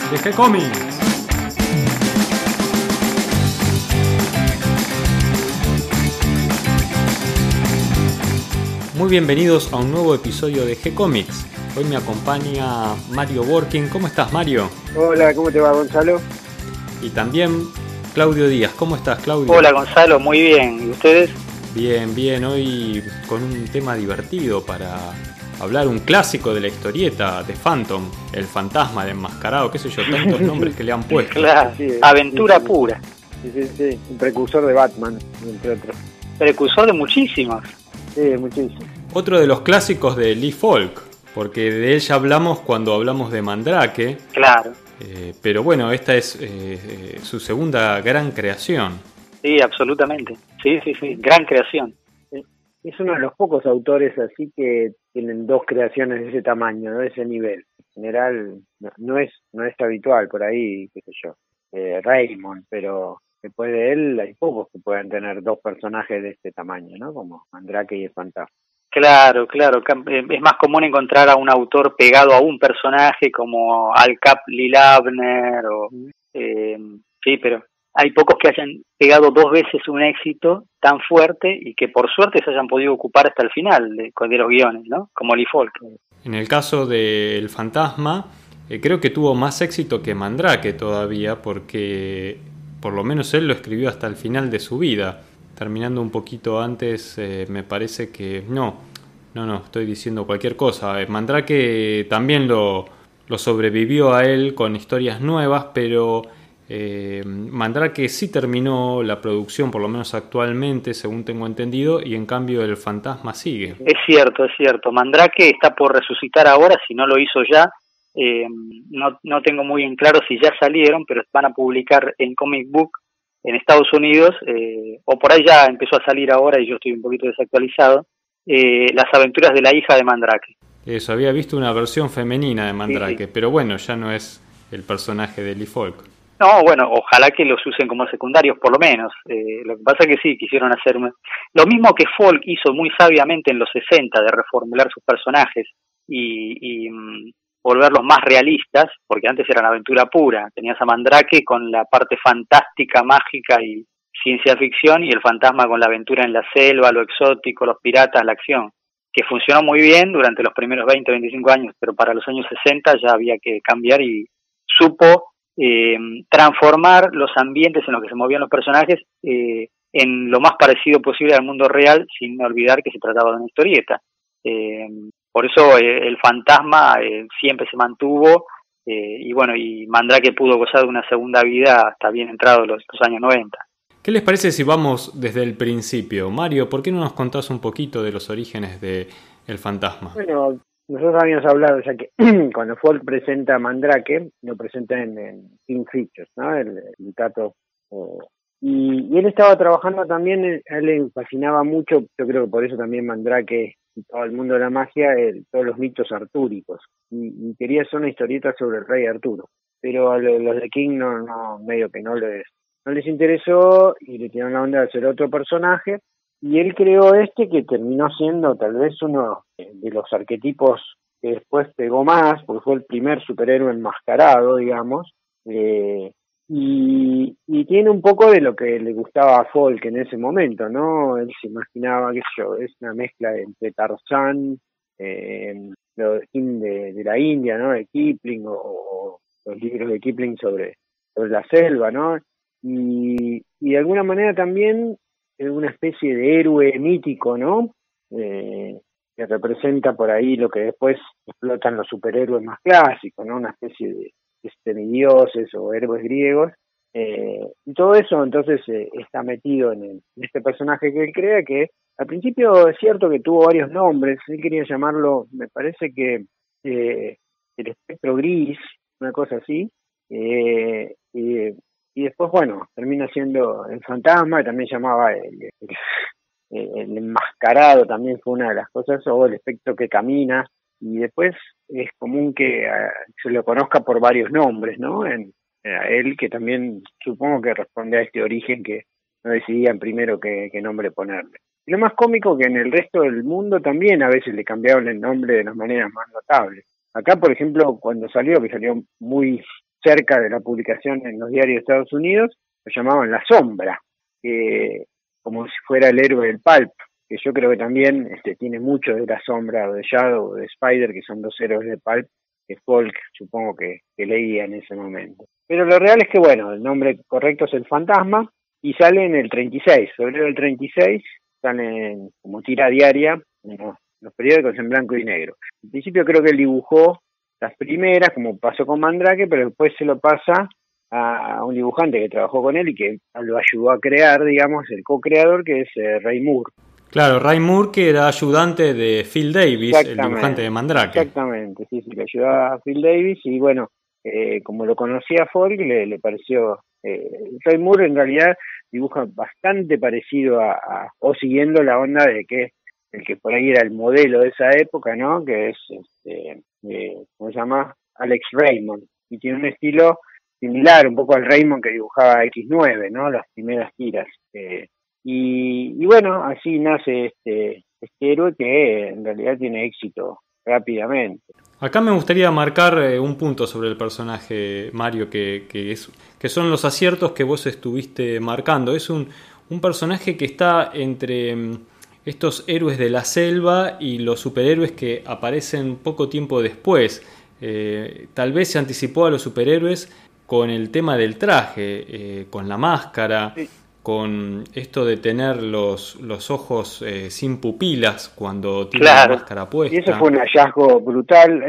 de G-Comics. Muy bienvenidos a un nuevo episodio de G-Comics. Hoy me acompaña Mario Borkin. ¿Cómo estás, Mario? Hola, ¿cómo te va, Gonzalo? Y también Claudio Díaz. ¿Cómo estás, Claudio? Hola, Gonzalo, muy bien. ¿Y ustedes? Bien, bien. Hoy con un tema divertido para hablar, un clásico de la historieta de Phantom, el fantasma, el enmascarado, qué sé yo, tantos nombres que le han puesto. Claro, Sí, aventura sí, pura. Sí, un precursor de Batman, entre otros. Precursor de muchísimos. Sí, muchísimo. Otro de los clásicos de Lee Falk, porque de él ya hablamos cuando hablamos de Mandrake. Claro. Pero bueno, esta es su segunda gran creación. Sí, absolutamente. Sí, gran creación. Es uno de los pocos autores así que tienen dos creaciones de ese tamaño, ¿no? De ese nivel. En general no es habitual por ahí, qué sé yo, Raymond, pero después de él hay pocos que puedan tener dos personajes de este tamaño, ¿no? Como Mandrake y el fantasma. Claro. Es más común encontrar a un autor pegado a un personaje como Al Cap Lee Abner o... sí, pero hay pocos que hayan pegado dos veces un éxito tan fuerte y que por suerte se hayan podido ocupar hasta el final de los guiones, ¿no? Como Lee Falk. En el caso del fantasma, creo que tuvo más éxito que Mandrake todavía, porque por lo menos él lo escribió hasta el final de su vida. Terminando un poquito antes, me parece que... No, estoy diciendo cualquier cosa. Mandrake también lo sobrevivió a él con historias nuevas, pero Mandrake sí terminó la producción, por lo menos actualmente, según tengo entendido, y en cambio el fantasma sigue. Es cierto. Mandrake está por resucitar ahora, si no lo hizo ya. No tengo muy en claro si ya salieron, pero van a publicar en Comic Book en Estados Unidos, o por ahí ya empezó a salir ahora y yo estoy un poquito desactualizado, las aventuras de la hija de Mandrake. Eso, había visto una versión femenina de Mandrake, sí. Pero bueno, ya no es el personaje de Lee Falk. No, bueno, ojalá que los usen como secundarios por lo menos. Lo que pasa es que sí, quisieron hacer lo mismo que Falk hizo muy sabiamente en los 60, de reformular sus personajes y volverlos más realistas, porque antes eran aventura pura. Tenías a Mandrake con la parte fantástica, mágica y ciencia ficción, y el fantasma con la aventura en la selva, lo exótico, los piratas, la acción, que funcionó muy bien durante los primeros 20, 25 años, pero para los años 60 ya había que cambiar y supo transformar los ambientes en los que se movían los personajes en lo más parecido posible al mundo real, sin olvidar que se trataba de una historieta. Por eso el fantasma siempre se mantuvo, y bueno, y Mandrake pudo gozar de una segunda vida hasta bien entrados los años 90. ¿Qué les parece si vamos desde el principio? Mario, ¿por qué no nos contás un poquito de los orígenes de el fantasma? Bueno, nosotros habíamos hablado ya que cuando Falk presenta a Mandrake, lo presenta en King Features, ¿no? El Tato. Y él estaba trabajando también, a él le fascinaba mucho, yo creo que por eso también Mandrake y todo el mundo de la magia, todos los mitos artúricos. Y quería hacer una historieta sobre el rey Arturo. Pero a los de King medio que no les interesó y le tiraron la onda de hacer otro personaje. Y él creó que terminó siendo tal vez uno de los arquetipos que después pegó más, porque fue el primer superhéroe enmascarado, digamos, y tiene un poco de lo que le gustaba a Falk en ese momento, ¿no? Él se imaginaba, qué sé yo, es una mezcla entre Tarzán, de la India, ¿no? De Kipling, o los libros de Kipling sobre la selva, ¿no? Y de alguna manera también una especie de héroe mítico, ¿no? Que representa por ahí lo que después explotan los superhéroes más clásicos, ¿no? Una especie de semidioses o héroes griegos. Y todo eso entonces está metido en este personaje que él crea, que al principio es cierto que tuvo varios nombres. Él quería llamarlo, me parece que el espectro gris, una cosa así. Y después, bueno, termina siendo el fantasma, también llamaba el enmascarado, también fue una de las cosas, o el espectro que camina, y después es común que se lo conozca por varios nombres, ¿no? A él, que también supongo que responde a este origen que no decidían primero qué nombre ponerle. Y lo más cómico que en el resto del mundo también a veces le cambiaban el nombre de las maneras más notables. Acá, por ejemplo, cuando salió, que salió muy cerca de la publicación en los diarios de Estados Unidos, lo llamaban La Sombra, como si fuera el héroe del pulp, que yo creo que también tiene mucho de La Sombra o de Shadow o de Spider, que son dos héroes de pulp que Folk supongo que leía en ese momento. Pero lo real es que, bueno, el nombre correcto es El Fantasma, y sale en el 36, febrero del 36, salen como tira diaria en los periódicos en blanco y negro. Al principio creo que él dibujó las primeras, como pasó con Mandrake, pero después se lo pasa a un dibujante que trabajó con él y que lo ayudó a crear, digamos, el co-creador, que es Ray Moore. Claro, Ray Moore, que era ayudante de Phil Davis, el dibujante de Mandrake. Exactamente, sí, le ayudaba a Phil Davis y bueno, como lo conocía Folk, le pareció... Ray Moore en realidad dibuja bastante parecido o siguiendo la onda de que el que por ahí era el modelo de esa época, ¿no? Que es, ¿cómo se llama? Alex Raymond, y tiene un estilo similar un poco al Raymond que dibujaba X9, ¿no? Las primeras tiras. Y bueno, así nace este héroe que en realidad tiene éxito rápidamente. Acá me gustaría marcar un punto sobre el personaje, Mario, que son los aciertos que vos estuviste marcando. Es un personaje que está entre estos héroes de la selva y los superhéroes que aparecen poco tiempo después. Tal vez se anticipó a los superhéroes con el tema del traje, con la máscara, sí, con esto de tener los ojos sin pupilas cuando tiene la máscara puesta. Y eso fue un hallazgo brutal.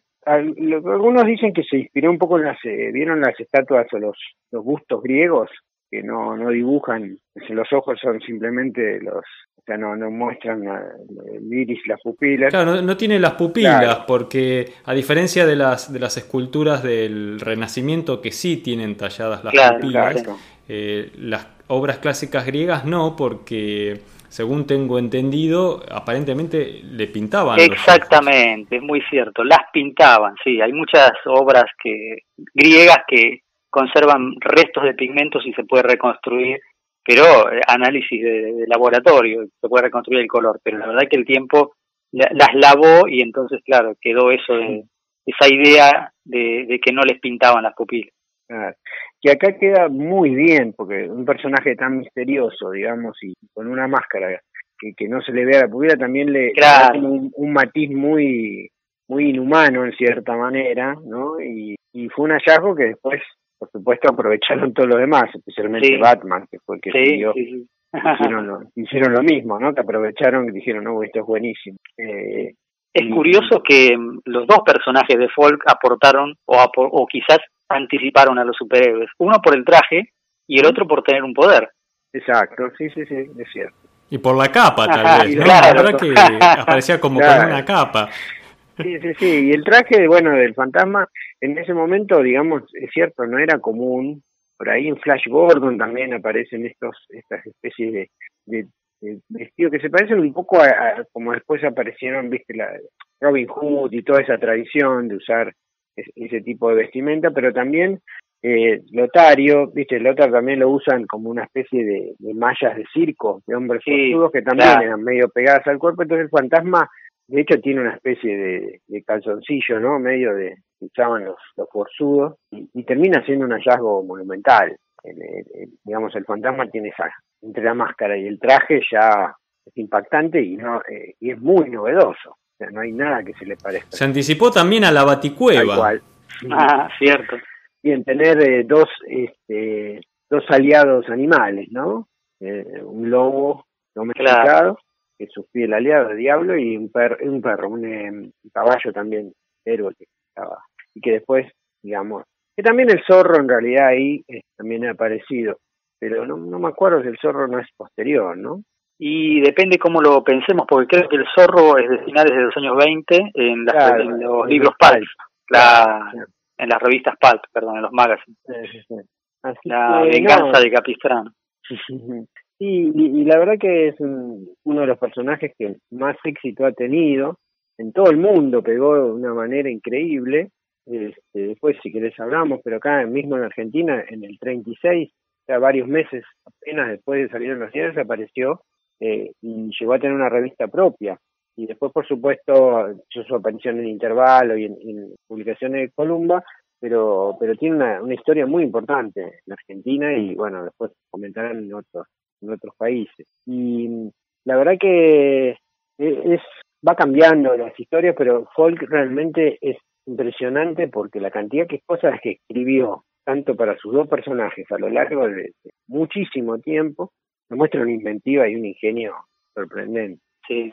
Algunos dicen que se inspiró un poco en ¿vieron las estatuas o los bustos griegos? Que no dibujan, los ojos son simplemente o sea, no muestran el iris, las pupilas. Claro, no tiene las pupilas, claro, porque a diferencia de las esculturas del Renacimiento que sí tienen talladas las pupilas, claro. Las obras clásicas griegas no, porque según tengo entendido, aparentemente le pintaban. Exactamente, es muy cierto, las pintaban, sí, hay muchas obras griegas que conservan restos de pigmentos y se puede reconstruir, pero análisis de laboratorio, se puede reconstruir el color, pero la verdad que el tiempo las lavó y entonces, claro, quedó esa idea de que no les pintaban las pupilas. Que acá queda muy bien, porque un personaje tan misterioso, digamos, y con una máscara que no se le vea la pupila, también le da como un matiz muy inhumano en cierta manera, ¿no? Y fue un hallazgo que después, por supuesto, aprovecharon todos los demás, especialmente Batman, que fue el que siguió. Sí. Hicieron lo mismo, ¿no? Que aprovecharon y dijeron, no, esto es buenísimo. Es curioso que los dos personajes de Folk aportaron o quizás anticiparon a los superhéroes, uno por el traje y el otro por tener un poder. Exacto, sí, es cierto. Y por la capa tal vez, ¿no? Claro. La verdad que aparecía como con una capa. Sí, y el traje, bueno, del fantasma, en ese momento, digamos, es cierto, no era común. Por ahí en Flash Gordon también aparecen estas especies de vestidos que se parecen un poco a como después aparecieron, viste, la Robin Hood y toda esa tradición de usar ese tipo de vestimenta, pero también Lotario, viste, Lothar también lo usan como una especie de mallas de circo, de hombres forzudos que también eran medio pegadas al cuerpo. Entonces el fantasma, de hecho, tiene una especie de calzoncillo, ¿no? Medio que usaban los forzudos, y termina siendo un hallazgo monumental. Digamos, el fantasma tiene entre la máscara y el traje ya es impactante y es muy novedoso. O sea, no hay nada que se le parezca. Se anticipó también a la Baticueva. Tal cual. Cierto. Bien, tener dos aliados animales, ¿no? Un lobo domesticado, que es su fiel aliado, el diablo, y un caballo también, héroe que estaba. Y que después, digamos, que también el zorro en realidad ahí también ha aparecido, pero no me acuerdo si el zorro no es posterior, ¿no? Y depende cómo lo pensemos, porque creo que el zorro es de finales de los años 20 en los libros Pulp, en las revistas Pulp, perdón, en los magazines. La venganza de Capistrano. Y la verdad que es uno de los personajes que más éxito ha tenido en todo el mundo, pegó de una manera increíble. Después, si querés, hablamos, pero acá mismo en Argentina, en el 36, ya varios meses apenas después de salir en los diarios, apareció y llegó a tener una revista propia. Y después, por supuesto, hizo su aparición en Intervalo y en publicaciones de Columba, pero tiene una historia muy importante en Argentina y bueno, después comentarán en otros países. Y la verdad que va cambiando las historias, pero Folk realmente es impresionante porque la cantidad de cosas que escribió, tanto para sus dos personajes a lo largo de muchísimo tiempo, demuestra una inventiva y un ingenio sorprendente. Sí.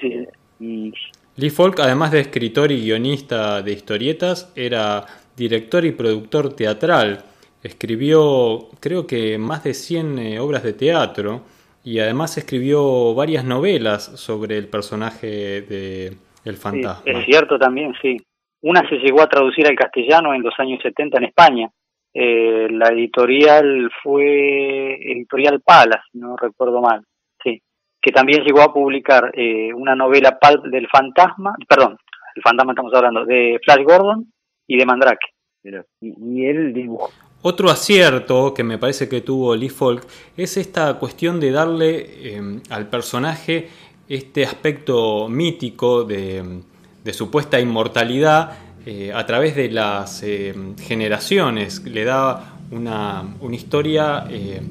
Y Lee Falk, además de escritor y guionista de historietas, era director y productor teatral. Escribió, creo que más de 100 obras de teatro y además escribió varias novelas sobre el personaje de El Fantasma. Sí, es cierto también, sí. Una se llegó a traducir al castellano en los años 70 en España. La editorial fue Editorial Palas, si no recuerdo mal. Sí, que también llegó a publicar una novela pulp del Fantasma, perdón, el Fantasma estamos hablando, de Flash Gordon y de Mandrake. Y él dibujó. Otro acierto que me parece que tuvo Lee Falk es esta cuestión de darle al personaje este aspecto mítico de supuesta inmortalidad a través de las generaciones. Le da una historia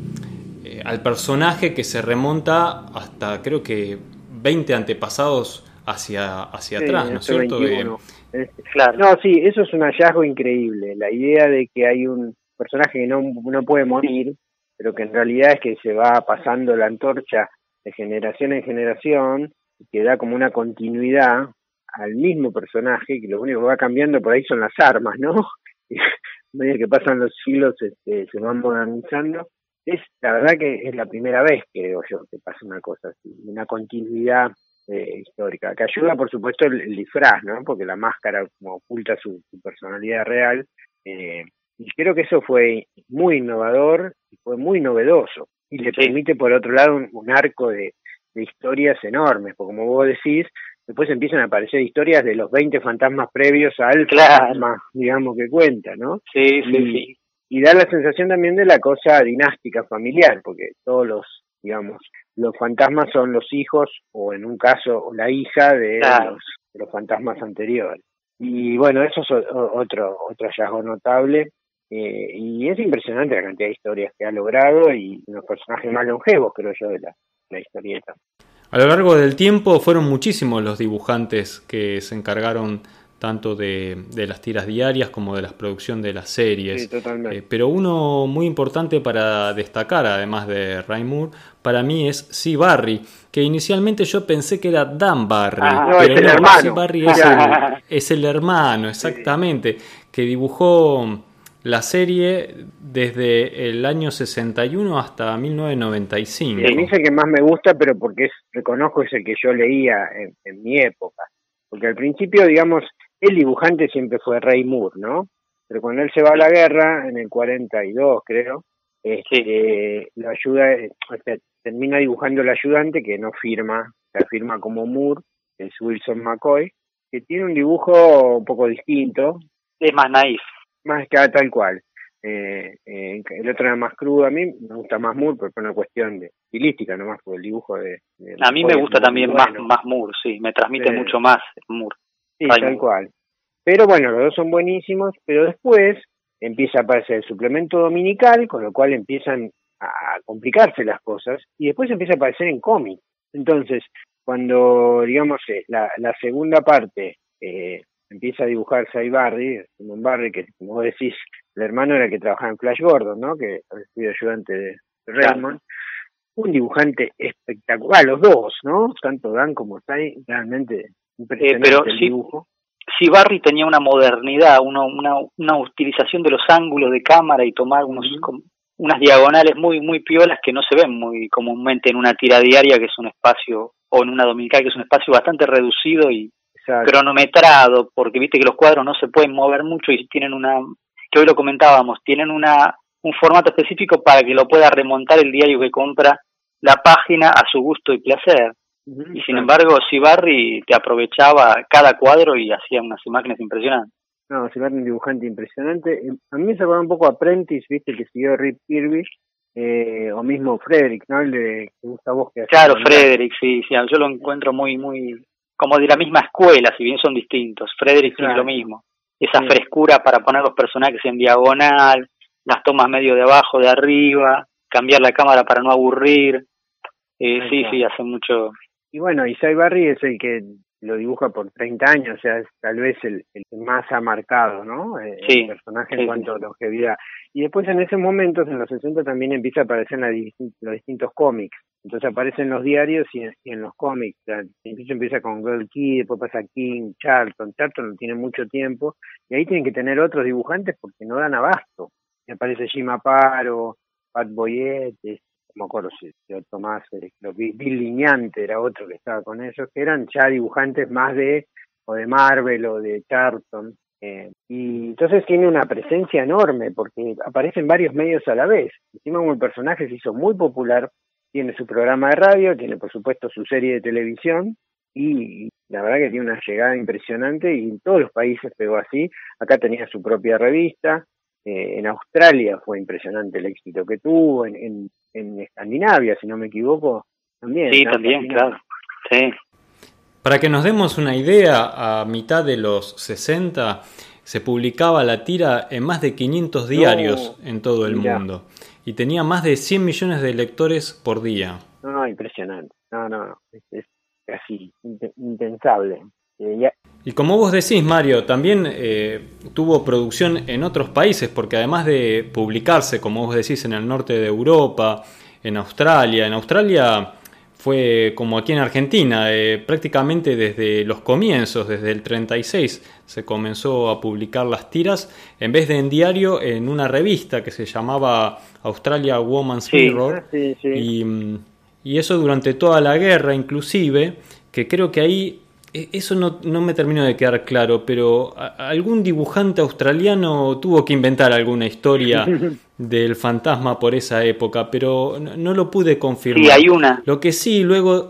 al personaje que se remonta hasta creo que 20 antepasados hacia atrás, ¿no es cierto? Claro. No, sí, eso es un hallazgo increíble. La idea de que hay un personaje que no puede morir, pero que en realidad es que se va pasando la antorcha de generación en generación y que da como una continuidad al mismo personaje, que lo único que va cambiando por ahí son las armas, ¿no? Y a medida que pasan los siglos se van modernizando. La verdad que es la primera vez que veo yo que pasa una cosa así, una continuidad histórica, que ayuda por supuesto el disfraz, ¿no? Porque la máscara como oculta su personalidad real, y creo que eso fue muy innovador y fue muy novedoso, y le permite por otro lado un arco de historias enormes, porque como vos decís, después empiezan a aparecer historias de los 20 fantasmas previos al fantasma, digamos, que cuenta, ¿no? Sí. Y da la sensación también de la cosa dinástica familiar, porque todos los fantasmas son los hijos, o en un caso, la hija de los fantasmas anteriores. Y bueno, eso es otro hallazgo notable, y es impresionante la cantidad de historias que ha logrado y los personajes más longevos, creo yo, de la historieta. A lo largo del tiempo fueron muchísimos los dibujantes que se encargaron tanto de las tiras diarias como de la producción de las series. Sí, totalmente. Pero uno muy importante para destacar, además de Ray Moore, para mí es Syd Barry, que inicialmente yo pensé que era Dan Barry. Pero es el hermano. Syd Barry es el hermano, exactamente, que dibujó la serie desde el año 61 hasta 1995. A mí es el que más me gusta, pero porque reconozco es el que yo leía en mi época. Porque al principio, digamos, el dibujante siempre fue Ray Moore, ¿no? Pero cuando él se va a la guerra, en el 42 creo, lo ayuda, termina dibujando el ayudante que no firma, la firma como Moore, es Wilson McCoy, que tiene un dibujo un poco distinto. Es más naif. Más que tal cual. El otro era más crudo. A mí me gusta más Moore, pero por una cuestión de estilística nomás, por el dibujo de a mí me gusta también más Moore, sí, me transmite mucho más Moore. Sí, tal cual. Pero bueno, los dos son buenísimos, pero después empieza a aparecer el suplemento dominical, con lo cual empiezan a complicarse las cosas, y después empieza a aparecer en cómic. Entonces, cuando, digamos, la segunda parte empieza a dibujar Syd Barry, Simon Barry, que como vos decís, el hermano era el que trabajaba en Flash Gordon, ¿no? Que había sido ayudante de Raymond. Un dibujante espectacular, los dos, ¿no? Tanto Dan como Syd, realmente impresionante el dibujo. Syd Barry tenía una modernidad, una utilización de los ángulos de cámara y tomar unas diagonales muy piolas que no se ven muy comúnmente en una tira diaria, que es un espacio, o en una dominical, que es un espacio bastante reducido y cronometrado, porque viste que los cuadros no se pueden mover mucho y tienen que hoy lo comentábamos, tienen un formato específico para que lo pueda remontar el diario que compra la página a su gusto y placer. Y sin embargo, Syd Barry te aprovechaba cada cuadro y hacía unas imágenes impresionantes. No, Syd Barry es un dibujante impresionante. A mí me sacaba un poco a Prentice, viste, que siguió Rick Kirby, o mismo Frederick, ¿no? El de que gusta vos que claro, Frederick, sí, yo lo encuentro muy como de la misma escuela, si bien son distintos. Frederick tiene lo mismo. esa frescura para poner los personajes en diagonal, las tomas medio de abajo, de arriba, cambiar la cámara para no aburrir. Sí, hace mucho. Y bueno, Isai Barry es el que lo dibuja por 30 años, o sea, es tal vez el más ha marcado, ¿no? El personaje en cuanto a longevidad. Y después en esos momentos, en los 60, también empieza a aparecer en los distintos cómics. Entonces aparece en los diarios y en los cómics. O sea, empieza con Girl Kid, después pasa King, Charlton no tiene mucho tiempo, y ahí tienen que tener otros dibujantes porque no dan abasto. Y aparece Jim Aparo, Pat Boyette, no me acuerdo si otro más, Bill Liñante era otro que estaba con ellos, que eran ya dibujantes más de Marvel o de Charlton, y entonces tiene una presencia enorme porque aparecen varios medios a la vez. Encima, como el personaje se hizo muy popular, tiene su programa de radio, tiene por supuesto su serie de televisión, y la verdad que tiene una llegada impresionante y en todos los países pegó así. Acá tenía su propia revista. En Australia fue impresionante el éxito que tuvo, en Escandinavia, si no me equivoco, también. Sí, también, claro. Sí. Para que nos demos una idea, a mitad de los 60 se publicaba la tira en más de 500 diarios en todo el mundo y tenía más de 100 millones de lectores por día. No, impresionante. No, es casi impensable. Y como vos decís, Mario, también tuvo producción en otros países, porque además de publicarse, como vos decís, en el norte de Europa, en Australia fue como aquí en Argentina, prácticamente desde los comienzos, desde el 36, se comenzó a publicar las tiras, en vez de en diario, en una revista que se llamaba Australia Woman's Mirror, y eso durante toda la guerra, inclusive, que creo que ahí... Eso no me terminó de quedar claro, pero algún dibujante australiano tuvo que inventar alguna historia del fantasma por esa época, pero no lo pude confirmar. Sí, hay una. Lo que sí, luego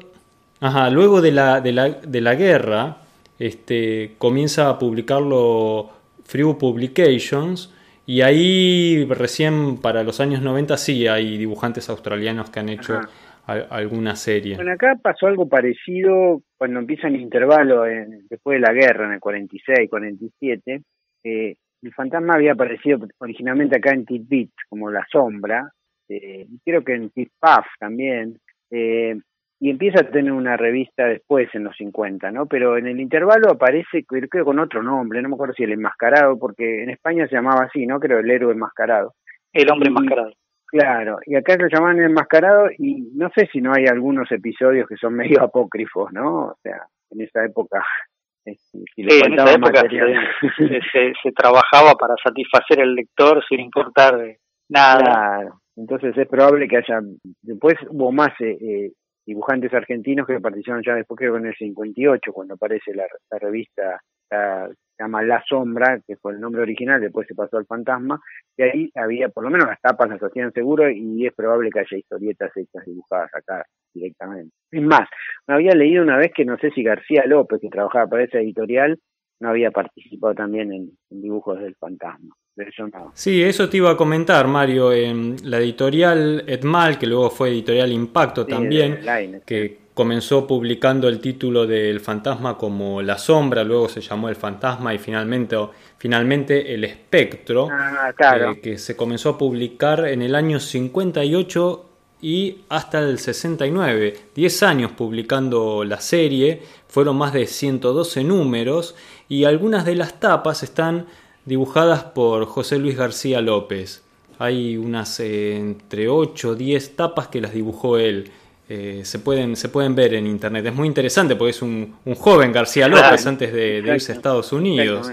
de la guerra, comienza a publicarlo Frew Publications, y ahí recién para los años 90 sí hay dibujantes australianos que han hecho alguna serie. Bueno, acá pasó algo parecido cuando empieza el intervalo después de la guerra, en el 46, 47. El fantasma había aparecido originalmente acá en Tidbits, como la sombra, y creo que en Tidpuff también, y empieza a tener una revista después en los 50, ¿no? Pero en el intervalo aparece, creo que con otro nombre, no me acuerdo si el enmascarado, porque en España se llamaba así, ¿no? Creo el héroe enmascarado. El hombre enmascarado. Claro, y acá lo llaman el enmascarado, y no sé si no hay algunos episodios que son medio apócrifos, ¿no? O sea, en esa época, si le faltaba material. Se trabajaba para satisfacer al lector sin importar nada. Claro, entonces es probable que haya, después hubo más dibujantes argentinos que participaron ya después, creo que en el 58, cuando aparece la revista, se llama La Sombra, que fue el nombre original, después se pasó al Fantasma, y ahí había, por lo menos las tapas las hacían seguro, y es probable que haya historietas hechas dibujadas acá directamente. Es más, me había leído una vez que no sé si García López, que trabajaba para esa editorial, no había participado también en dibujos del Fantasma. Eso no. Sí, eso te iba a comentar, Mario, en la editorial Etmal, que luego fue editorial Impacto también, que comenzó publicando el título del Fantasma como La Sombra, luego se llamó El Fantasma y finalmente El Espectro, claro. Que se comenzó a publicar en el año 58 y hasta el 69, 10 años publicando la serie, fueron más de 112 números y algunas de las tapas están dibujadas por José Luis García López. Hay unas entre 8 o 10 tapas que las dibujó él. Se pueden ver en internet. Es muy interesante porque es un joven García López antes de irse a Estados Unidos.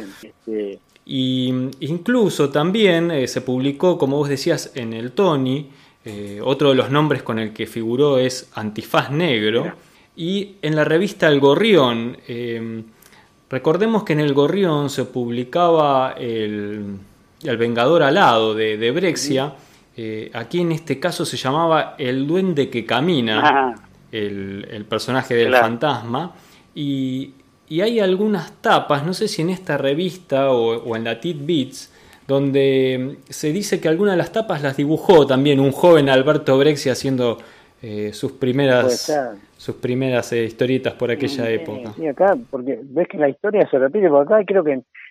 Y incluso también se publicó, como vos decías, en el Tony. Otro de los nombres con el que figuró es Antifaz Negro. Y en la revista El Gorrión. Recordemos que en El Gorrión se publicaba el Vengador Alado de Brexia. Aquí en este caso se llamaba El Duende que Camina, el personaje del fantasma. Y hay algunas tapas, no sé si en esta revista o en la Tidbits, donde se dice que algunas de las tapas las dibujó también un joven Alberto Brexia haciendo sus primeras historietas por aquella época. Sí, acá, porque ves que la historia se repite, porque acá creo que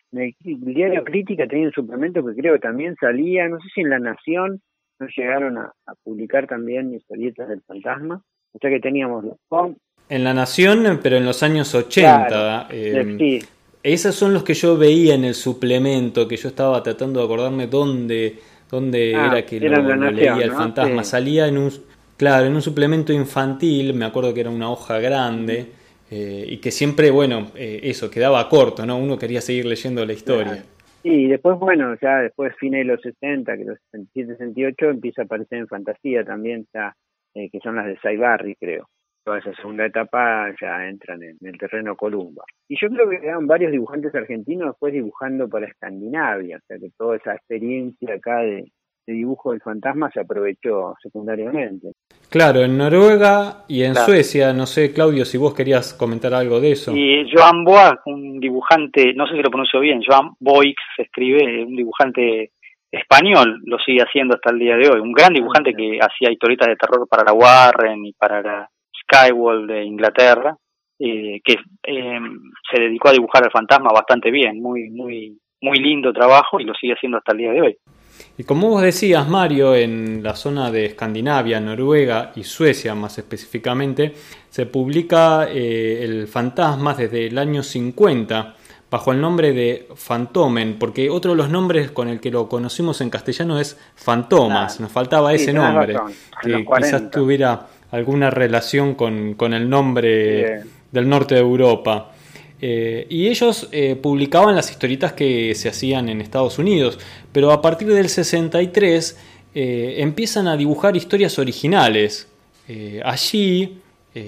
el diario Crítica tenía un suplemento que creo que también salía, no sé si en La Nación no llegaron a publicar también historietas del fantasma, o sea que teníamos los cómics. En La Nación, pero en los años 80. Claro, sí. Esos son los que yo veía en el suplemento, que yo estaba tratando de acordarme dónde era que lo leía el fantasma. Sí. Salía en un suplemento infantil, me acuerdo que era una hoja grande, y que siempre, eso, quedaba corto, ¿no? Uno quería seguir leyendo la historia. Claro. Sí, y después, ya después fines de los 60, que los 67, 68, empieza a aparecer en fantasía también, que son las de Saybarri, creo. Toda esa segunda etapa ya entran en el terreno Columba. Y yo creo que quedaron varios dibujantes argentinos después dibujando para Escandinavia, o sea que toda esa experiencia acá de dibujo del fantasma se aprovechó secundariamente. Claro, en Noruega y en Suecia, no sé, Claudio, si vos querías comentar algo de eso. Y Johan Boix, un dibujante, no sé si lo pronuncio bien, Johan Boix se escribe, un dibujante español, lo sigue haciendo hasta el día de hoy, un gran dibujante que hacía historietas de terror para la Warren y para la Skywald de Inglaterra, que se dedicó a dibujar al fantasma bastante bien, muy lindo trabajo, y lo sigue haciendo hasta el día de hoy. Y como vos decías, Mario, en la zona de Escandinavia, Noruega y Suecia más específicamente, se publica el fantasma desde el año 50 bajo el nombre de Fantomen, porque otro de los nombres con el que lo conocimos en castellano es Fantomas. Nos faltaba ese nombre, que quizás tuviera alguna relación con el nombre del norte de Europa. Y ellos publicaban las historietas que se hacían en Estados Unidos, pero a partir del 63 empiezan a dibujar historias originales. Allí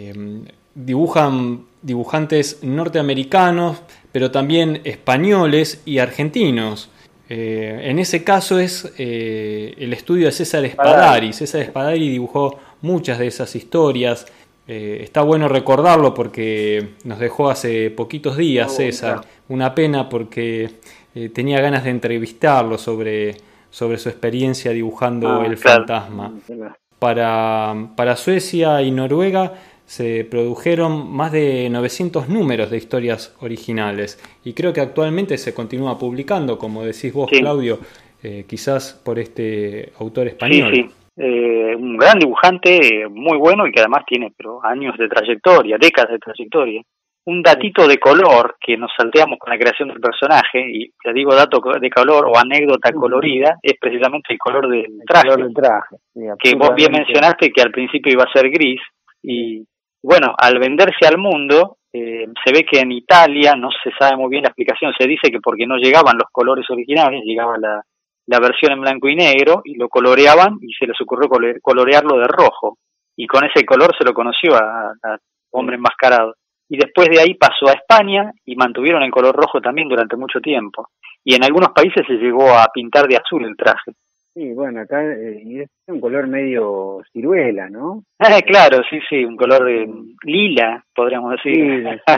dibujan dibujantes norteamericanos, pero también españoles y argentinos. En ese caso es el estudio de César Spadari. César Spadari dibujó muchas de esas historias. Está bueno recordarlo porque nos dejó hace poquitos días César. Una pena porque tenía ganas de entrevistarlo sobre su experiencia dibujando el fantasma. Para Suecia y Noruega se produjeron más de 900 números de historias originales y creo que actualmente se continúa publicando, como decís vos, Claudio, quizás por este autor español. Sí. Un gran dibujante, muy bueno, y que además tiene años de trayectoria, décadas de trayectoria. Un datito de color que nos salteamos con la creación del personaje, y te digo dato de color o anécdota colorida, es precisamente el color del traje. Sí, que vos bien mencionaste que al principio iba a ser gris, y bueno, al venderse al mundo, se ve que en Italia, no se sabe muy bien la explicación, se dice que porque no llegaban los colores originales, llegaba la versión en blanco y negro, y lo coloreaban, y se les ocurrió colorearlo de rojo, y con ese color se lo conoció a Hombre Enmascarado. Y después de ahí pasó a España, y mantuvieron el color rojo también durante mucho tiempo. Y en algunos países se llegó a pintar de azul el traje. Sí, bueno, acá es un color medio ciruela, ¿no? Claro, sí, un color lila, podríamos decir. Sí.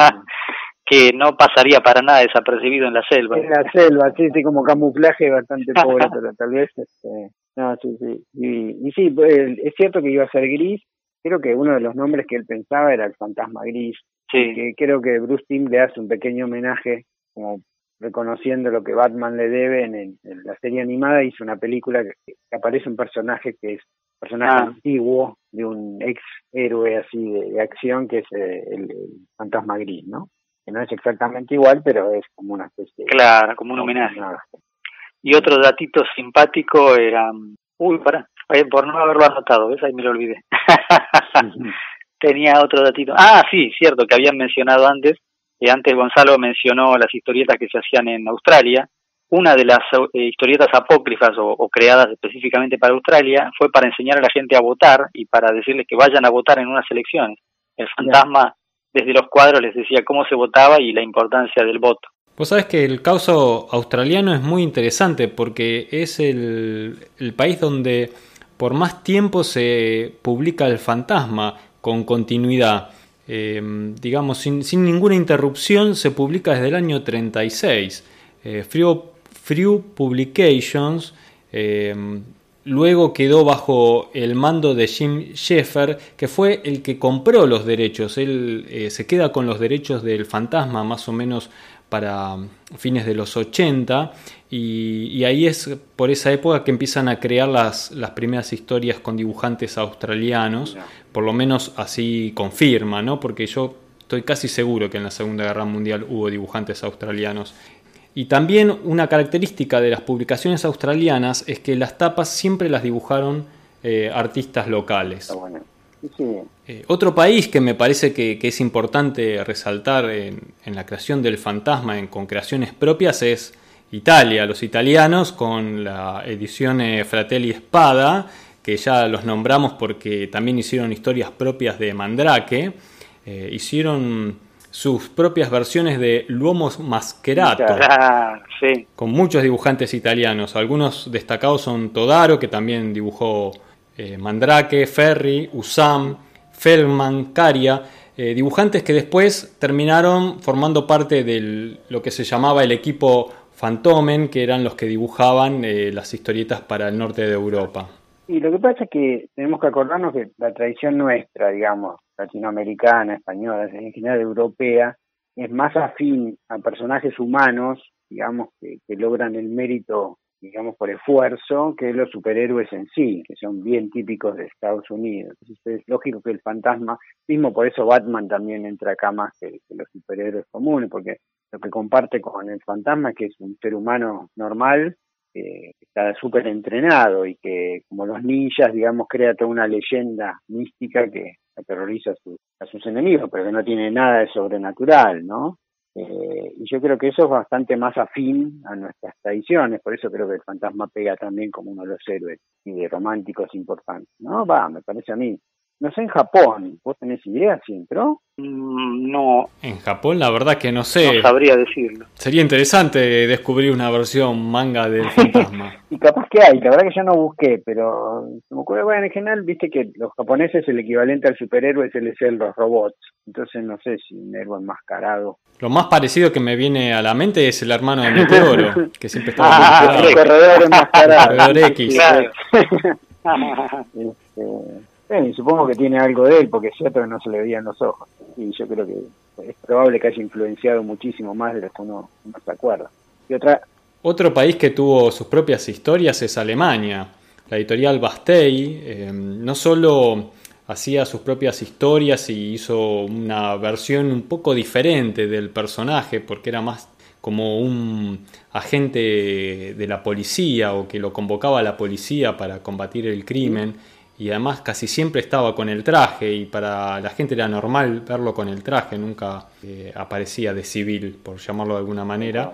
Que no pasaría para nada desapercibido en la selva. En la selva, sí, como camuflaje bastante pobre, pero tal vez, no, sí. Y sí, es cierto que iba a ser gris. Creo que uno de los nombres que él pensaba era el fantasma gris. Sí. Que creo que Bruce Timm le hace un pequeño homenaje, como reconociendo lo que Batman le debe en la serie animada. Hizo una película que aparece un personaje que es antiguo de un ex héroe así de acción, que es el fantasma gris, ¿no? Que no es exactamente igual, pero es como una especie de... Claro, como un homenaje. Y otro datito simpático era... por no haberlo anotado, ¿ves? Ahí me lo olvidé. Tenía otro datito. Sí, cierto, que habían mencionado antes, antes Gonzalo mencionó las historietas que se hacían en Australia. Una de las historietas apócrifas o creadas específicamente para Australia fue para enseñar a la gente a votar y para decirles que vayan a votar en unas elecciones. El fantasma desde los cuadros les decía cómo se votaba y la importancia del voto. Vos sabés que el caso australiano es muy interesante porque es el país donde por más tiempo se publica el fantasma con continuidad. Digamos, sin ninguna interrupción se publica desde el año 36. Frew Publications luego quedó bajo el mando de Jim Sheffer, que fue el que compró los derechos. Él se queda con los derechos del Fantasma más o menos para fines de los 80, y ahí es por esa época que empiezan a crear las primeras historias con dibujantes australianos, por lo menos así confirma, ¿no? Porque yo estoy casi seguro que en la Segunda Guerra Mundial hubo dibujantes australianos. Y también una característica de las publicaciones australianas es que las tapas siempre las dibujaron artistas locales. Bueno. Sí. Otro país que me parece que es importante resaltar en la creación del Fantasma, con creaciones propias, es Italia. Los italianos con la edición Fratelli Spada, que ya los nombramos porque también hicieron historias propias de Mandrake, hicieron sus propias versiones de L'Uomo Mascherato, sí, con muchos dibujantes italianos. Algunos destacados son Todaro, que también dibujó Mandrake, Ferri, Usam, Feldman, Caria, dibujantes que después terminaron formando parte de lo que se llamaba el equipo Fantomen, que eran los que dibujaban las historietas para el norte de Europa. Y lo que pasa es que tenemos que acordarnos que la tradición nuestra, digamos, latinoamericana, española, en general europea, es más afín a personajes humanos, digamos, que logran el mérito, digamos, por esfuerzo, que los superhéroes en sí, que son bien típicos de Estados Unidos. Entonces es lógico que el Fantasma, mismo por eso Batman también entra acá más que los superhéroes comunes, porque lo que comparte con el Fantasma es que es un ser humano normal, está súper entrenado y que, como los ninjas, digamos, crea toda una leyenda mística que aterroriza a sus enemigos, pero que no tiene nada de sobrenatural, ¿no? Y yo creo que eso es bastante más afín a nuestras tradiciones, por eso creo que el Fantasma pega también como uno de los héroes y de románticos importantes, ¿no? Me parece a mí. No sé, en Japón, ¿vos tenés idea si entró? No. En Japón la verdad que no sé. No sabría decirlo. Sería interesante descubrir una versión manga del Fantasma. Y capaz que hay, la verdad que yo no busqué, pero se me ocurre, bueno, en general, viste que los japoneses el equivalente al superhéroe es los robots, entonces no sé si un héroe enmascarado. Lo más parecido que me viene a la mente es el hermano de Meteoro, que siempre estaba el corredor enmascarado. El corredor X. Claro. Y supongo que tiene algo de él, porque es cierto que no se le veían los ojos. Y yo creo que es probable que haya influenciado muchísimo más de lo que uno se acuerda. Y otro país que tuvo sus propias historias es Alemania. La editorial Bastei no solo hacía sus propias historias y hizo una versión un poco diferente del personaje, porque era más como un agente de la policía o que lo convocaba a la policía para combatir el crimen. Y además casi siempre estaba con el traje, y para la gente era normal verlo con el traje, nunca aparecía de civil, por llamarlo de alguna manera.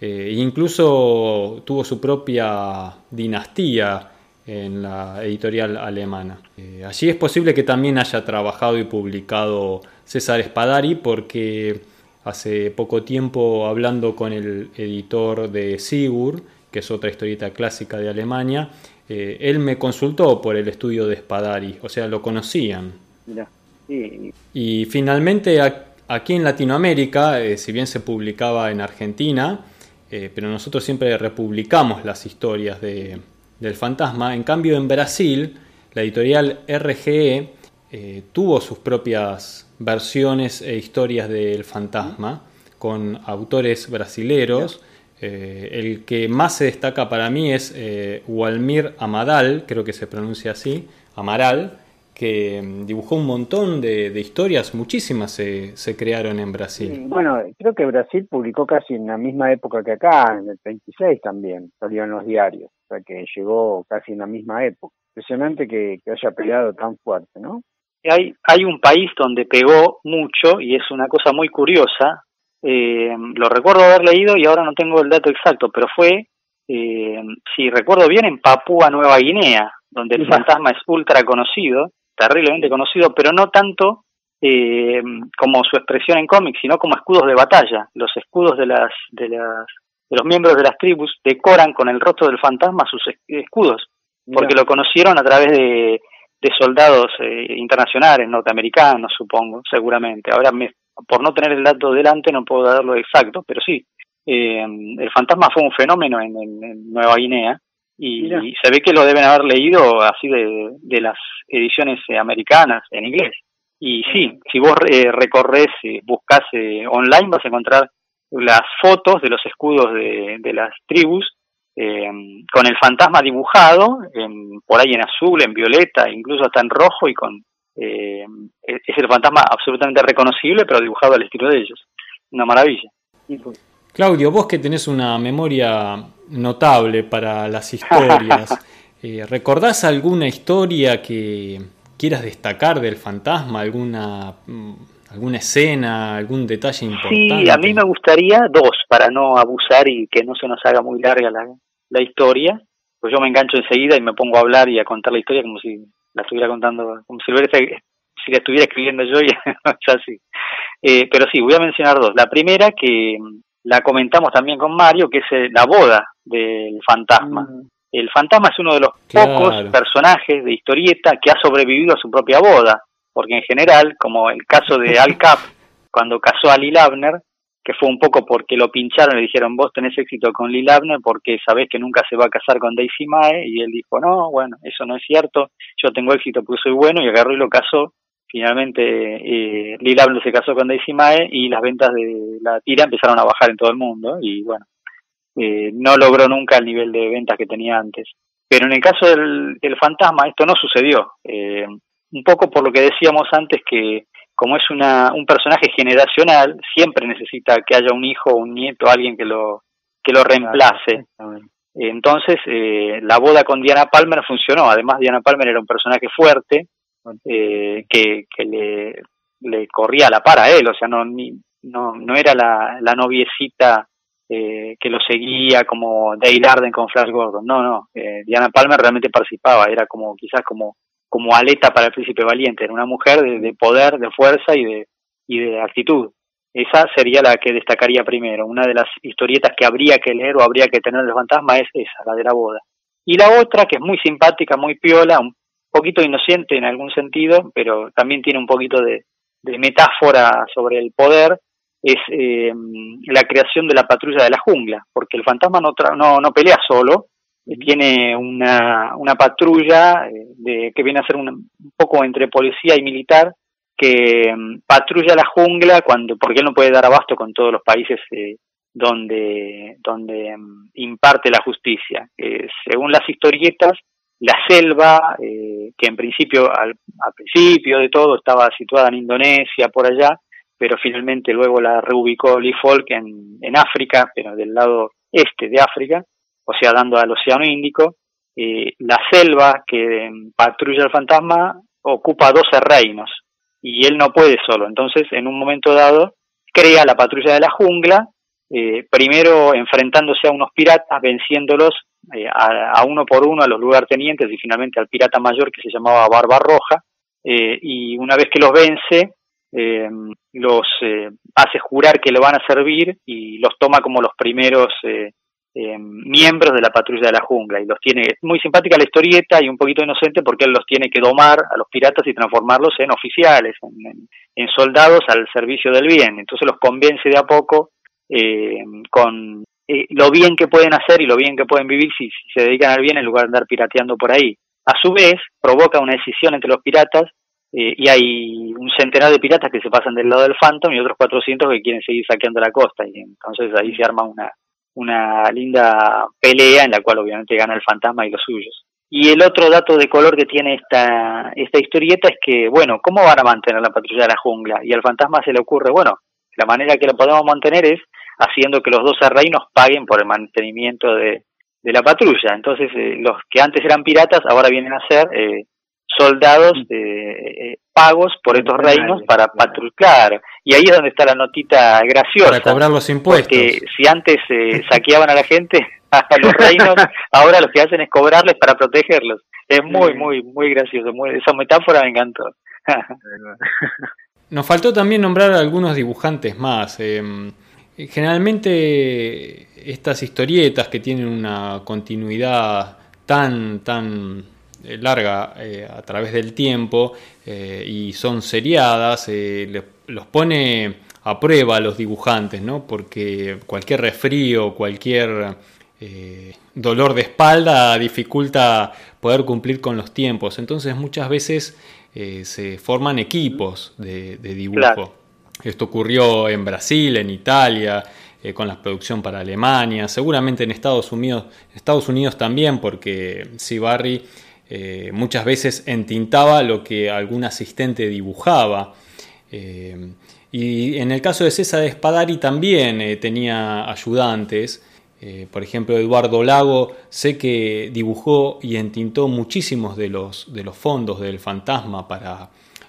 Incluso tuvo su propia dinastía en la editorial alemana. Allí es posible que también haya trabajado y publicado César Spadari, porque hace poco tiempo, hablando con el editor de Sigurd, que es otra historieta clásica de Alemania, él me consultó por el estudio de Spadari, o sea, lo conocían. Mirá, sí. Y finalmente aquí en Latinoamérica, si bien se publicaba en Argentina, pero nosotros siempre republicamos las historias del Fantasma. En cambio, en Brasil, la editorial RGE tuvo sus propias versiones e historias del Fantasma con autores brasileros. El que más se destaca para mí es Walmir Amadal, creo que se pronuncia así, Amaral, que dibujó un montón de historias, muchísimas se crearon en Brasil. Bueno, creo que Brasil publicó casi en la misma época que acá, en el 26 también, salió en los diarios, o sea que llegó casi en la misma época. Impresionante que haya pegado tan fuerte, ¿no? Hay un país donde pegó mucho y es una cosa muy curiosa. Lo recuerdo haber leído y ahora no tengo el dato exacto, pero fue, si recuerdo bien, en Papúa Nueva Guinea, donde el Fantasma es ultra conocido, terriblemente conocido, pero no tanto como su expresión en cómics, sino como escudos de batalla. Los escudos de los miembros de las tribus decoran con el rostro del Fantasma sus escudos, porque lo conocieron a través de soldados internacionales, norteamericanos, supongo, seguramente. Ahora por no tener el dato delante no puedo darlo exacto, pero sí, el Fantasma fue un fenómeno en Nueva Guinea y se ve que lo deben haber leído así de las ediciones americanas en inglés. Y sí, si vos recorres, buscás online, vas a encontrar las fotos de los escudos de las tribus, con el fantasma dibujado, por ahí en azul, en violeta, incluso hasta en rojo, y con es el fantasma absolutamente reconocible, pero dibujado al estilo de ellos. Una maravilla. Claudio, vos que tenés una memoria notable para las historias, ¿recordás alguna historia que quieras destacar del fantasma? ¿Alguna escena, algún detalle importante? Sí, a mí me gustaría dos, para no abusar y que no se nos haga muy larga la historia, pues yo me engancho enseguida y me pongo a hablar y a contar la historia como si la estuviera contando, como si la estuviera escribiendo yo, y ya sí. Pero sí, voy a mencionar dos. La primera, que la comentamos también con Mario, que es la boda del fantasma. El fantasma es uno de los pocos personajes de historieta que ha sobrevivido a su propia boda, porque en general, como el caso de Al Cap, cuando casó a Lil Abner, que fue un poco porque lo pincharon y le dijeron, vos tenés éxito con Lil Abner porque sabés que nunca se va a casar con Daisy Mae, y él dijo, no, bueno, eso no es cierto, yo tengo éxito porque soy bueno, y agarró y lo casó. Finalmente Lil Abner se casó con Daisy Mae y las ventas de la tira empezaron a bajar en todo el mundo, y bueno, no logró nunca el nivel de ventas que tenía antes. Pero en el caso del fantasma esto no sucedió, un poco por lo que decíamos antes, que como es un personaje generacional, siempre necesita que haya un hijo o un nieto, alguien que lo reemplace. Entonces la boda con Diana Palmer funcionó. Además, Diana Palmer era un personaje fuerte, que le corría a la par a él, o sea, no era la noviecita que lo seguía como Dale Arden con Flash Gordon. No, Diana Palmer realmente participaba, era como quizás como Aleta para el Príncipe Valiente, era una mujer de poder, de fuerza y de actitud. Esa sería la que destacaría primero. Una de las historietas que habría que leer o habría que tener del fantasma es esa, la de la boda. Y la otra, que es muy simpática, muy piola, un poquito inocente en algún sentido, pero también tiene un poquito de metáfora sobre el poder, es la creación de la patrulla de la jungla, porque el fantasma no pelea solo, tiene una patrulla que viene a ser un poco entre policía y militar, que patrulla la jungla porque él no puede dar abasto con todos los países donde imparte la justicia. Según las historietas, la selva, que en principio, al principio de todo, estaba situada en Indonesia, por allá, pero finalmente luego la reubicó Lee Falk en África, pero del lado este de África, o sea, dando al Océano Índico. La selva que patrulla el fantasma ocupa 12 reinos, y él no puede solo. Entonces, en un momento dado, crea la patrulla de la jungla, primero enfrentándose a unos piratas, venciéndolos a uno por uno a los lugartenientes, y finalmente al pirata mayor, que se llamaba Barbarroja, y una vez que los vence, los hace jurar que lo van a servir, y los toma como los primeros miembros de la patrulla de la jungla, y los tiene. Es muy simpática la historieta y un poquito inocente, porque él los tiene que domar a los piratas y transformarlos en oficiales, en soldados al servicio del bien. Entonces los convence de a poco con lo bien que pueden hacer y lo bien que pueden vivir si se dedican al bien, en lugar de andar pirateando por ahí. A su vez provoca una escisión entre los piratas, y hay un centenar de piratas que se pasan del lado del Phantom y otros 400 que quieren seguir saqueando la costa, y entonces ahí se arma una linda pelea en la cual obviamente gana el fantasma y los suyos. Y el otro dato de color que tiene esta historieta es que, bueno, ¿cómo van a mantener la patrulla de la jungla? Y al fantasma se le ocurre, bueno, la manera que lo podemos mantener es haciendo que los 12 reinos paguen por el mantenimiento de la patrulla. Entonces los que antes eran piratas ahora vienen a ser soldados pagos por estos reinos para patrullar. Y ahí es donde está la notita graciosa. Para cobrar los impuestos. Porque si antes saqueaban a la gente, a los reinos, ahora lo que hacen es cobrarles para protegerlos. Es muy, muy, muy gracioso. Esa metáfora me encantó. Nos faltó también nombrar a algunos dibujantes más. Generalmente estas historietas que tienen una continuidad tan larga a través del tiempo, y son seriadas, los pone a prueba a los dibujantes, ¿no? Porque cualquier resfrío, cualquier dolor de espalda dificulta poder cumplir con los tiempos. Entonces muchas veces se forman equipos de dibujo. Claro. Esto ocurrió en Brasil, en Italia, con la producción para Alemania, seguramente en Estados Unidos también, porque C. Barry muchas veces entintaba lo que algún asistente dibujaba. Y en el caso de César Spadari también tenía ayudantes. Por ejemplo, Eduardo Lago, sé que dibujó y entintó muchísimos de los fondos del Fantasma para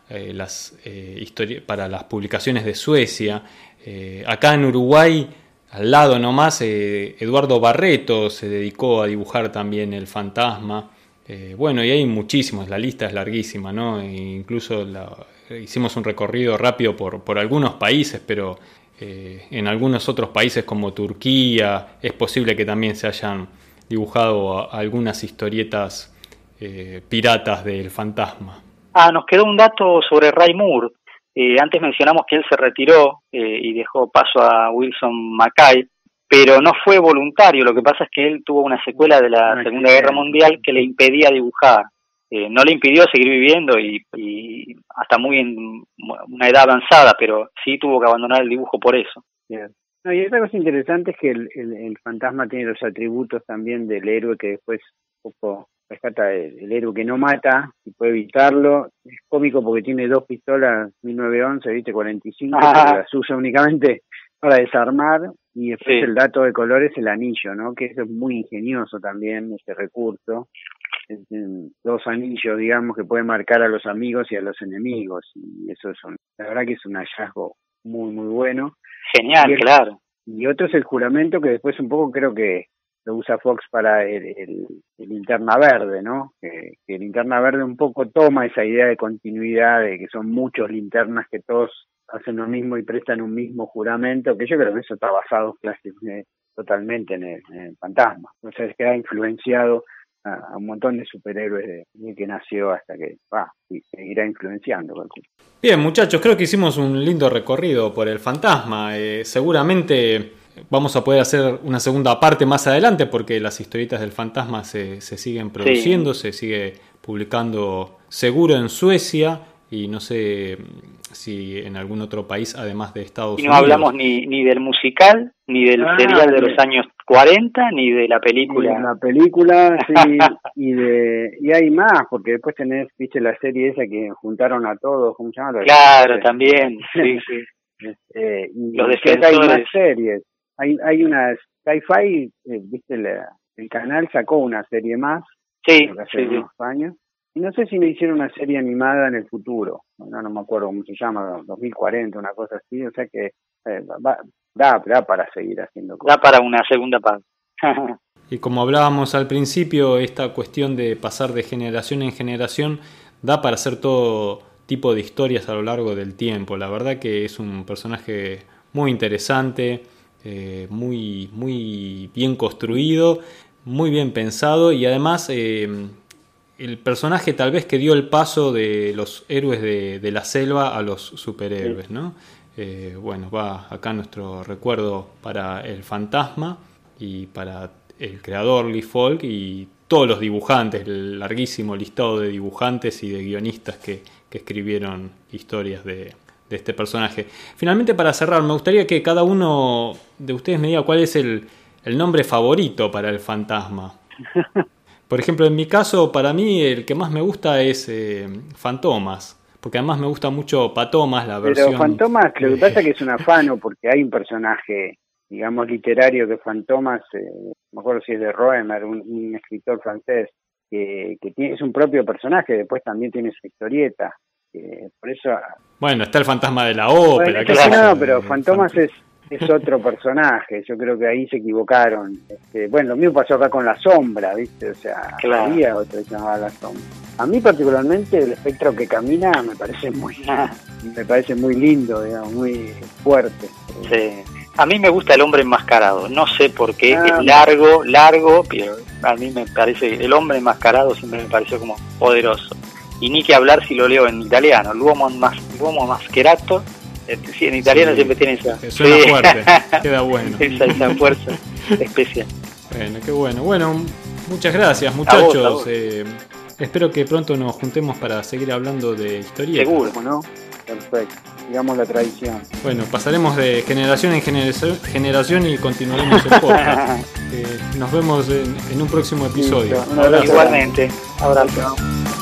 para las publicaciones de Suecia. Acá en Uruguay, al lado nomás, Eduardo Barreto se dedicó a dibujar también el Fantasma. Bueno, y hay muchísimos, la lista es larguísima, ¿no? E incluso hicimos un recorrido rápido por algunos países, pero en algunos otros países como Turquía es posible que también se hayan dibujado algunas historietas piratas del Fantasma. Nos quedó un dato sobre Ray Moore. Antes mencionamos que él se retiró y dejó paso a Wilson Mackay, pero no fue voluntario. Lo que pasa es que él tuvo una secuela de la Segunda Guerra Mundial que le impedía dibujar. No le impidió seguir viviendo y hasta muy en una edad avanzada, pero sí tuvo que abandonar el dibujo por eso. Yeah. No, y otra cosa interesante es que el Fantasma tiene los atributos también del héroe que después un poco rescata el héroe que no mata y puede evitarlo. Es cómico porque tiene 2 pistolas 1911, ¿viste? 45, que las usa únicamente para desarmar, y después el dato de color es el anillo, ¿no? Que eso es muy ingenioso también, ese recurso. 2 anillos, digamos, que pueden marcar a los amigos y a los enemigos, y eso la verdad que es un hallazgo muy, muy bueno. Genial, claro. Y otro es el juramento, que después un poco creo que lo usa Fox para el Linterna Verde, ¿no? Que el Linterna Verde un poco toma esa idea de continuidad, de que son muchos linternas que todos hacen lo mismo y prestan un mismo juramento, que yo creo que eso está basado totalmente en el Fantasma. O sea, es que ha influenciado a un montón de superhéroes desde que nació hasta que y seguirá influenciando. Bien, muchachos, creo que hicimos un lindo recorrido por el Fantasma. Seguramente vamos a poder hacer una segunda parte más adelante, porque las historietas del Fantasma se siguen produciendo, se sigue publicando seguro en Suecia y no sé si en algún otro país además de Estados Unidos. Y no hablamos ni del musical, ni del serial de los años 40, ni de la película. La película, sí, y hay más, porque después viste la serie esa que juntaron a todos, ¿cómo se llama? Claro, también, sí. Y los defensores. Hay más series. Hay una Sci-Fi, viste, el canal sacó una serie más, hace unos años. Y no sé si me hicieron una serie animada en el futuro, no me acuerdo cómo se llama, 2040, una cosa así, o sea que da para seguir haciendo cosas. Da para una segunda parte. Y como hablábamos al principio, esta cuestión de pasar de generación en generación da para hacer todo tipo de historias a lo largo del tiempo. La verdad que es un personaje muy interesante, muy, muy bien construido, muy bien pensado, y además el personaje tal vez que dio el paso de los héroes de la selva a los superhéroes, ¿no? Bueno, va acá nuestro recuerdo para el Fantasma y para el creador Lee Falk y todos los dibujantes, el larguísimo listado de dibujantes y de guionistas que escribieron historias de este personaje. Finalmente, para cerrar, me gustaría que cada uno de ustedes me diga cuál es el nombre favorito para el Fantasma. Por ejemplo, en mi caso, para mí el que más me gusta es Fantomas, porque además me gusta mucho Patomas, la versión... Pero Fantomas, lo que pasa es que es un afano, porque hay un personaje, digamos, literario que Fantomas, no me acuerdo si es de Roemer, un escritor francés, que es un propio personaje, después también tiene su historieta, por eso... Bueno, está el Fantasma de la ópera. Bueno, claro, no, pero Fantomas es otro personaje, yo creo que ahí se equivocaron. Bueno, lo mismo pasó acá con La Sombra, ¿viste? O sea, había otro que se llamaba La Sombra. A mí particularmente el espectro que camina me parece muy lindo, digamos, muy fuerte. Sí. A mí me gusta El Hombre Enmascarado, no sé por qué, es largo, pero a mí me parece, El Hombre Enmascarado siempre me pareció como poderoso. Y ni que hablar si lo leo en italiano, l'uomo mascherato. Sí, en italiano siempre tiene esa... Suena fuerte, queda bueno. esa fuerza especial. Bueno, qué bueno. Bueno, muchas gracias, muchachos. Espero que pronto nos juntemos para seguir hablando de historietas. Seguro, ¿no? Perfecto. Digamos la tradición. Bueno, pasaremos de generación en generación y continuaremos el podcast. Nos vemos en un próximo episodio. Igualmente. Abrazo.